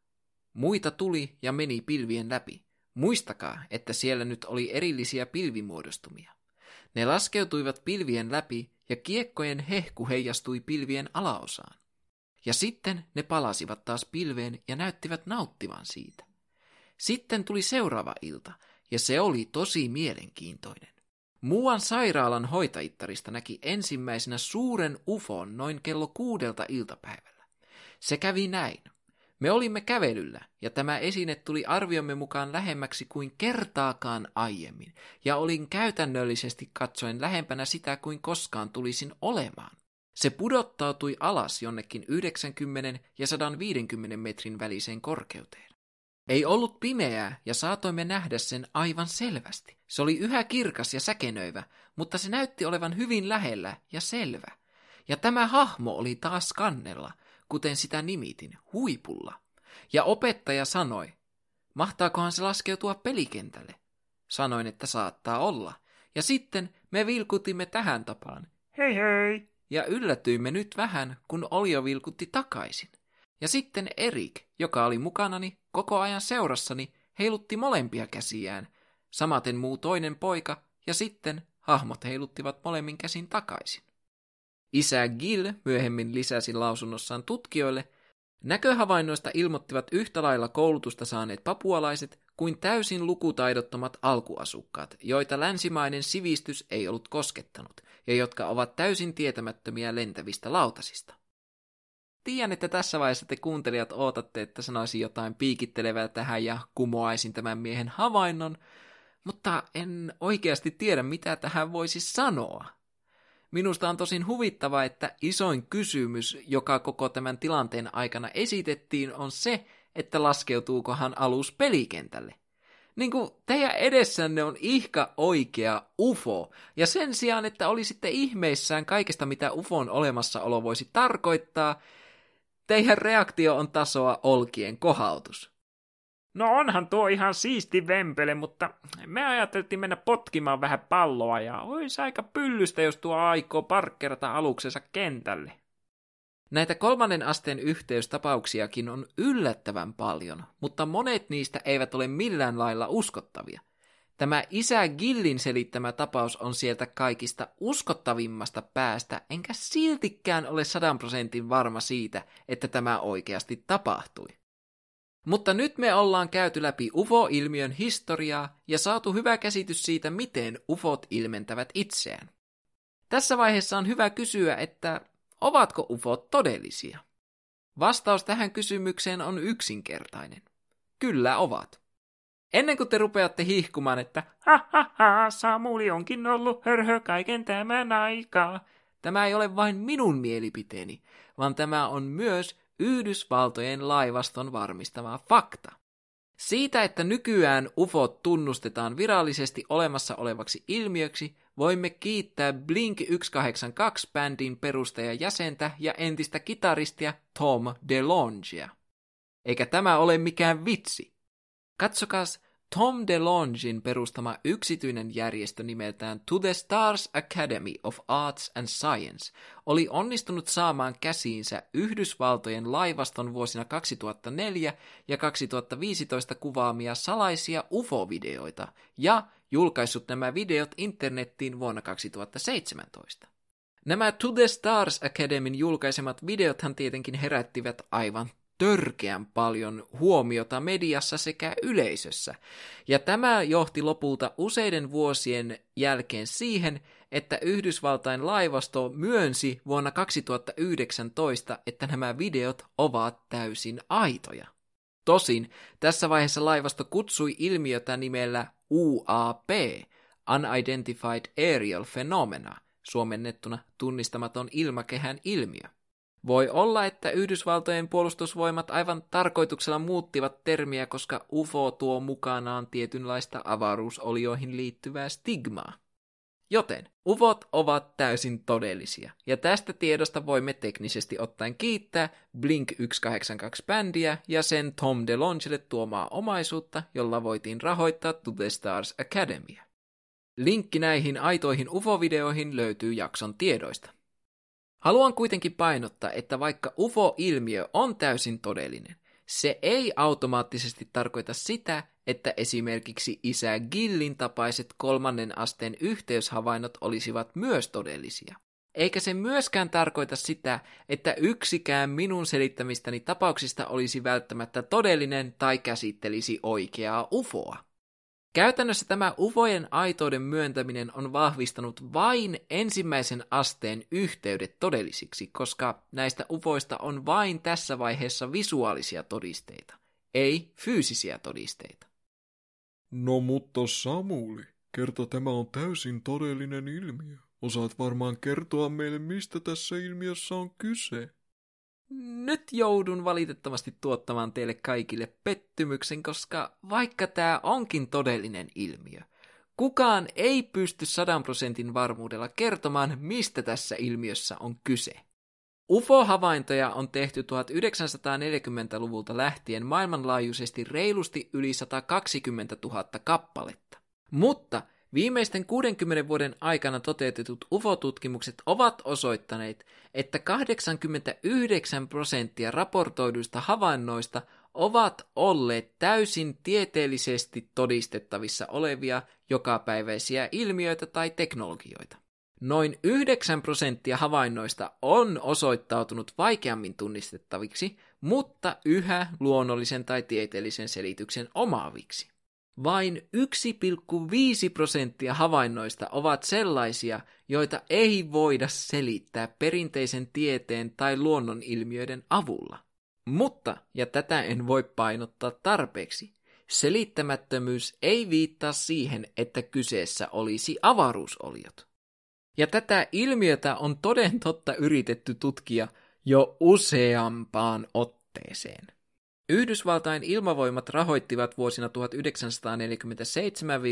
Muita tuli ja meni pilvien läpi. Muistakaa, että siellä nyt oli erillisiä pilvimuodostumia. Ne laskeutuivat pilvien läpi, ja kiekkojen hehku heijastui pilvien alaosaan. Ja sitten ne palasivat taas pilveen ja näyttivät nauttivan siitä. Sitten tuli seuraava ilta, ja se oli tosi mielenkiintoinen. Muuan sairaalan hoitajittarista näki ensimmäisenä suuren ufon noin kello kuudelta iltapäivällä. Se kävi näin. Me olimme kävelyllä, ja tämä esine tuli arviomme mukaan lähemmäksi kuin kertaakaan aiemmin, ja olin käytännöllisesti katsoen lähempänä sitä kuin koskaan tulisin olemaan. Se pudottautui alas jonnekin yhdeksänkymmentä ja sata viisikymmentä metrin väliseen korkeuteen. Ei ollut pimeää ja saatoimme nähdä sen aivan selvästi. Se oli yhä kirkas ja säkenöivä, mutta se näytti olevan hyvin lähellä ja selvä. Ja tämä hahmo oli taas kannella, kuten sitä nimitin, huipulla. Ja opettaja sanoi, mahtaakohan se laskeutua pelikentälle? Sanoin, että saattaa olla. Ja sitten me vilkutimme tähän tapaan. Hei hei! ja yllätyimme nyt vähän, kun Olio vilkutti takaisin. Ja sitten Erik, joka oli mukanani, koko ajan seurassani, heilutti molempia käsiään, samaten muu toinen poika, ja sitten hahmot heiluttivat molemmin käsin takaisin. Isä Gill myöhemmin lisäsi lausunnossaan tutkijoille, näköhavainnoista ilmoittivat yhtä lailla koulutusta saaneet papualaiset kuin täysin lukutaidottomat alkuasukkaat, joita länsimainen sivistys ei ollut koskettanut, ja jotka ovat täysin tietämättömiä lentävistä lautasista. Tiedän, että tässä vaiheessa te kuuntelijat ootatte, että sanoisin jotain piikittelevää tähän ja kumoaisin tämän miehen havainnon, mutta en oikeasti tiedä, mitä tähän voisi sanoa. Minusta on tosin huvittavaa, että isoin kysymys, joka koko tämän tilanteen aikana esitettiin, on se, että laskeutuukohan alus pelikentälle. Niin kuin teidän edessänne on ihka oikea U F O, ja sen sijaan, että olisitte ihmeissään kaikesta, mitä U F O:n olemassaolo voisi tarkoittaa, teidän reaktio on tasoa olkien kohautus. No onhan tuo ihan siisti vempele, mutta me ajateltiin mennä potkimaan vähän palloa ja olisi aika pyllystä, jos tuo aikoo parkkerata aluksensa kentälle. Näitä kolmannen asteen yhteystapauksiakin on yllättävän paljon, mutta monet niistä eivät ole millään lailla uskottavia. Tämä isä Gillin selittämä tapaus on sieltä kaikista uskottavimmasta päästä, enkä siltikään ole sadan prosentin varma siitä, että tämä oikeasti tapahtui. Mutta nyt me ollaan käyty läpi U F O-ilmiön historiaa ja saatu hyvä käsitys siitä, miten U F Ot ilmentävät itseään. Tässä vaiheessa on hyvä kysyä, että ovatko U F Ot todellisia? Vastaus tähän kysymykseen on yksinkertainen. Kyllä ovat. Ennen kuin te rupeatte hihkumaan, että ha ha ha, Samuli onkin ollut hörhö kaiken tämän aikaa. Tämä ei ole vain minun mielipiteeni, vaan tämä on myös Yhdysvaltojen laivaston varmistama fakta. Siitä, että nykyään U F Ot tunnustetaan virallisesti olemassa olevaksi ilmiöksi, voimme kiittää Blink yksi kahdeksan kaksi -bändin perustajajäsentä ja entistä kitaristia Tom DeLongea. Eikä tämä ole mikään vitsi. Katsokaas, Tom DeLongein perustama yksityinen järjestö nimeltään To the Stars Academy of Arts and Science oli onnistunut saamaan käsiinsä Yhdysvaltojen laivaston vuosina kaksituhattaneljä ja kaksituhattaviisitoista kuvaamia salaisia U F O-videoita ja julkaissut nämä videot internettiin vuonna kaksituhattaseitsemäntoista. Nämä To the Stars Academyn julkaisemat videothan tietenkin herättivät aivan törkeän paljon huomiota mediassa sekä yleisössä, ja tämä johti lopulta useiden vuosien jälkeen siihen, että Yhdysvaltain laivasto myönsi vuonna kaksituhattayhdeksäntoista, että nämä videot ovat täysin aitoja. Tosin tässä vaiheessa laivasto kutsui ilmiötä nimellä U A P, Unidentified Aerial Phenomena, suomennettuna tunnistamaton ilmakehän ilmiö. Voi olla, että Yhdysvaltojen puolustusvoimat aivan tarkoituksella muuttivat termiä, koska U F O tuo mukanaan tietynlaista avaruusolioihin liittyvää stigmaa. Joten U F Ot ovat täysin todellisia, ja tästä tiedosta voimme teknisesti ottaen kiittää Blink yksi kahdeksan kaksi -bändiä ja sen Tom DeLongelle tuomaa omaisuutta, jolla voitiin rahoittaa To the Stars Academya. Linkki näihin aitoihin U F O-videoihin löytyy jakson tiedoista. Haluan kuitenkin painottaa, että vaikka U F O-ilmiö on täysin todellinen, se ei automaattisesti tarkoita sitä, että esimerkiksi isä Gillin tapaiset kolmannen asteen yhteyshavainnot olisivat myös todellisia. Eikä se myöskään tarkoita sitä, että yksikään minun selittämistäni tapauksista olisi välttämättä todellinen tai käsittelisi oikeaa U F Oa. Käytännössä tämä U F Ojen aitouden myöntäminen on vahvistanut vain ensimmäisen asteen yhteydet todellisiksi, koska näistä U F Oista on vain tässä vaiheessa visuaalisia todisteita, ei fyysisiä todisteita. No mutta Samuli, kerta tämä on täysin todellinen ilmiö. Osaat varmaan kertoa meille, mistä tässä ilmiössä on kyse. Nyt joudun valitettavasti tuottamaan teille kaikille pettymyksen, koska vaikka tämä onkin todellinen ilmiö, kukaan ei pysty sadan prosentin varmuudella kertomaan, mistä tässä ilmiössä on kyse. U F O-havaintoja on tehty tuhatyhdeksänsataaneljäkymmentäluvulta lähtien maailmanlaajuisesti reilusti yli sata kaksikymmentätuhatta kappaletta. Mutta Viimeisten kuudenkymmenen vuoden aikana toteutetut U F O-tutkimukset ovat osoittaneet, että kahdeksankymmentäyhdeksän prosenttia raportoiduista havainnoista ovat olleet täysin tieteellisesti todistettavissa olevia jokapäiväisiä ilmiöitä tai teknologioita. Noin yhdeksän prosenttia havainnoista on osoittautunut vaikeammin tunnistettaviksi, mutta yhä luonnollisen tai tieteellisen selityksen omaaviksi. Vain yksi pilkku viisi prosenttia havainnoista ovat sellaisia, joita ei voida selittää perinteisen tieteen tai luonnonilmiöiden avulla. Mutta, ja tätä en voi painottaa tarpeeksi, selittämättömyys ei viittaa siihen, että kyseessä olisi avaruusoliot. Ja tätä ilmiötä on toden totta yritetty tutkia jo useampaan otteeseen. Yhdysvaltain ilmavoimat rahoittivat vuosina tuhatyhdeksänsataaneljäkymmentäseitsemän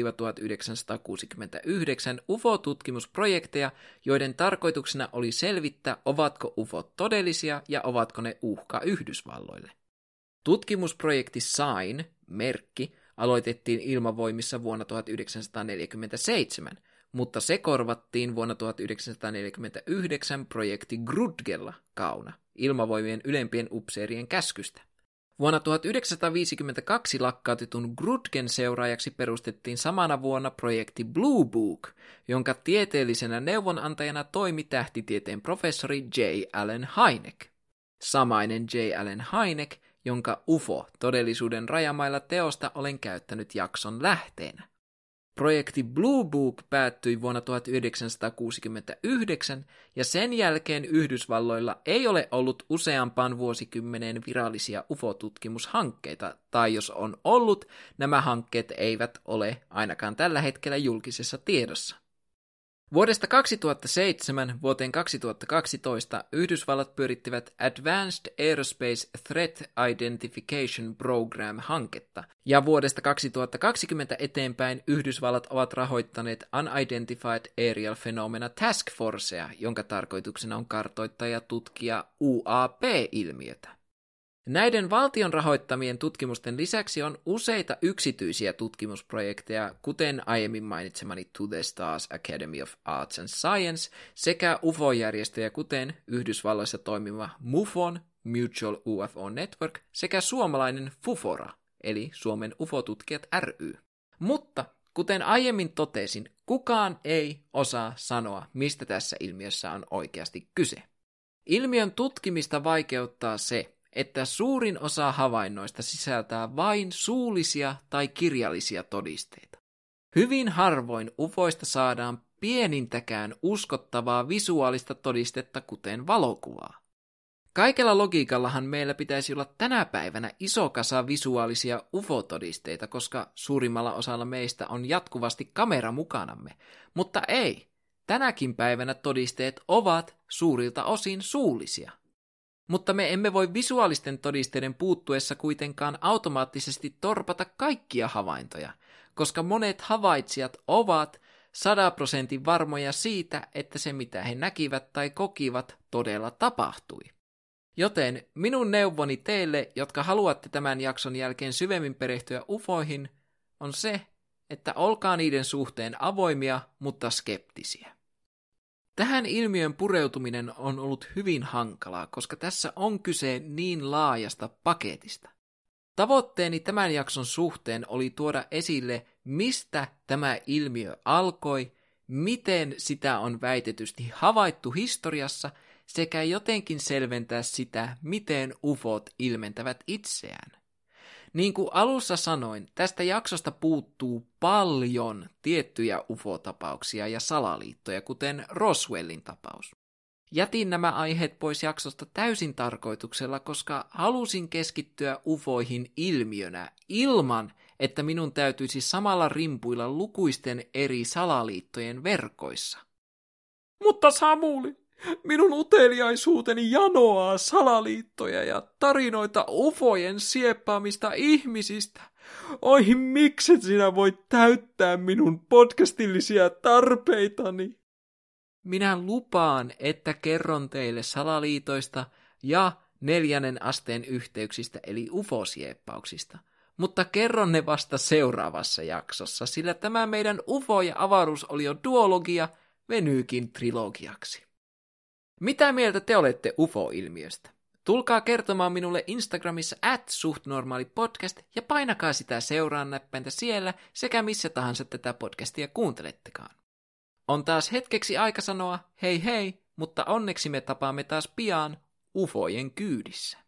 tuhatyhdeksänsataakuusikymmentäyhdeksän U F O-tutkimusprojekteja, joiden tarkoituksena oli selvittää, ovatko U F O:t todellisia ja ovatko ne uhka Yhdysvalloille. Tutkimusprojekti SIGN, merkki, aloitettiin ilmavoimissa vuonna tuhatyhdeksänsataaneljäkymmentäseitsemän, mutta se korvattiin vuonna tuhatyhdeksänsataaneljäkymmentäyhdeksän projekti Grudgella, kauna, ilmavoimien ylempien upseerien käskystä. Vuonna tuhatyhdeksänsataaviisikymmentäkaksi lakkautetun Grudgen seuraajaksi perustettiin samana vuonna projekti Blue Book, jonka tieteellisenä neuvonantajana toimi tähtitieteen professori J. Allen Hynek. Samainen J. Allen Hynek, jonka U F O, todellisuuden rajamailla teosta olen käyttänyt jakson lähteenä. Projekti Blue Book päättyi vuonna tuhatyhdeksänsataakuusikymmentäyhdeksän ja sen jälkeen Yhdysvalloilla ei ole ollut useampaan vuosikymmeneen virallisia U F O-tutkimushankkeita, tai jos on ollut, nämä hankkeet eivät ole ainakaan tällä hetkellä julkisessa tiedossa. Vuodesta kaksituhattaseitsemän vuoteen kaksituhattakaksitoista Yhdysvallat pyörittivät Advanced Aerospace Threat Identification Program-hanketta, ja vuodesta kaksituhattakaksikymmentä eteenpäin Yhdysvallat ovat rahoittaneet Unidentified Aerial Phenomena Task Forcea, jonka tarkoituksena on kartoittaa ja tutkia U A P-ilmiötä. Näiden valtion rahoittamien tutkimusten lisäksi on useita yksityisiä tutkimusprojekteja, kuten aiemmin mainitsemani To the Stars Academy of Arts and Science, sekä U F O-järjestöjä, kuten Yhdysvalloissa toimiva MUFON, Mutual U F O Network, sekä suomalainen FUFORA, eli Suomen U F O-tutkijat ry. Mutta, kuten aiemmin totesin, kukaan ei osaa sanoa, mistä tässä ilmiössä on oikeasti kyse. Ilmiön tutkimista vaikeuttaa se, että suurin osa havainnoista sisältää vain suullisia tai kirjallisia todisteita. Hyvin harvoin ufoista saadaan pienintäkään uskottavaa visuaalista todistetta, kuten valokuvaa. Kaikella logiikallahan meillä pitäisi olla tänä päivänä iso kasa visuaalisia U F O-todisteita, koska suurimmalla osalla meistä on jatkuvasti kamera mukanamme, mutta ei. Tänäkin päivänä todisteet ovat suurilta osin suullisia. Mutta me emme voi visuaalisten todisteiden puuttuessa kuitenkaan automaattisesti torpata kaikkia havaintoja, koska monet havaitsijat ovat sadan prosentin varmoja siitä, että se mitä he näkivät tai kokivat todella tapahtui. Joten minun neuvoni teille, jotka haluatte tämän jakson jälkeen syvemmin perehtyä ufoihin, on se, että olkaa niiden suhteen avoimia, mutta skeptisiä. Tähän ilmiön pureutuminen on ollut hyvin hankalaa, koska tässä on kyse niin laajasta paketista. Tavoitteeni tämän jakson suhteen oli tuoda esille, mistä tämä ilmiö alkoi, miten sitä on väitetysti havaittu historiassa, sekä jotenkin selventää sitä, miten ufot ilmentävät itseään. Niin kuin alussa sanoin, tästä jaksosta puuttuu paljon tiettyjä ufo-tapauksia ja salaliittoja, kuten Roswellin tapaus. Jätin nämä aiheet pois jaksosta täysin tarkoituksella, koska halusin keskittyä ufoihin ilmiönä ilman, että minun täytyisi samalla rimpuilla lukuisten eri salaliittojen verkoissa. Mutta Samuli, minun uteliaisuuteni janoaa salaliittoja ja tarinoita ufojen sieppaamista ihmisistä. Oi, mikset sinä voit täyttää minun podcastillisia tarpeitani? Minä lupaan, että kerron teille salaliitoista ja neljännen asteen yhteyksistä eli ufosieppauksista. mutta kerron ne vasta seuraavassa jaksossa, sillä tämä meidän U F O- ja avaruusolio duologia venyykin trilogiaksi. Mitä mieltä te olette U F O-ilmiöstä? Tulkaa kertomaan minulle Instagramissa at suhtnormaalipodcast ja painakaa sitä seuraan näppäintä siellä sekä missä tahansa tätä podcastia kuuntelettekaan. On taas hetkeksi aika sanoa hei hei, mutta onneksi me tapaamme taas pian U F Ojen kyydissä.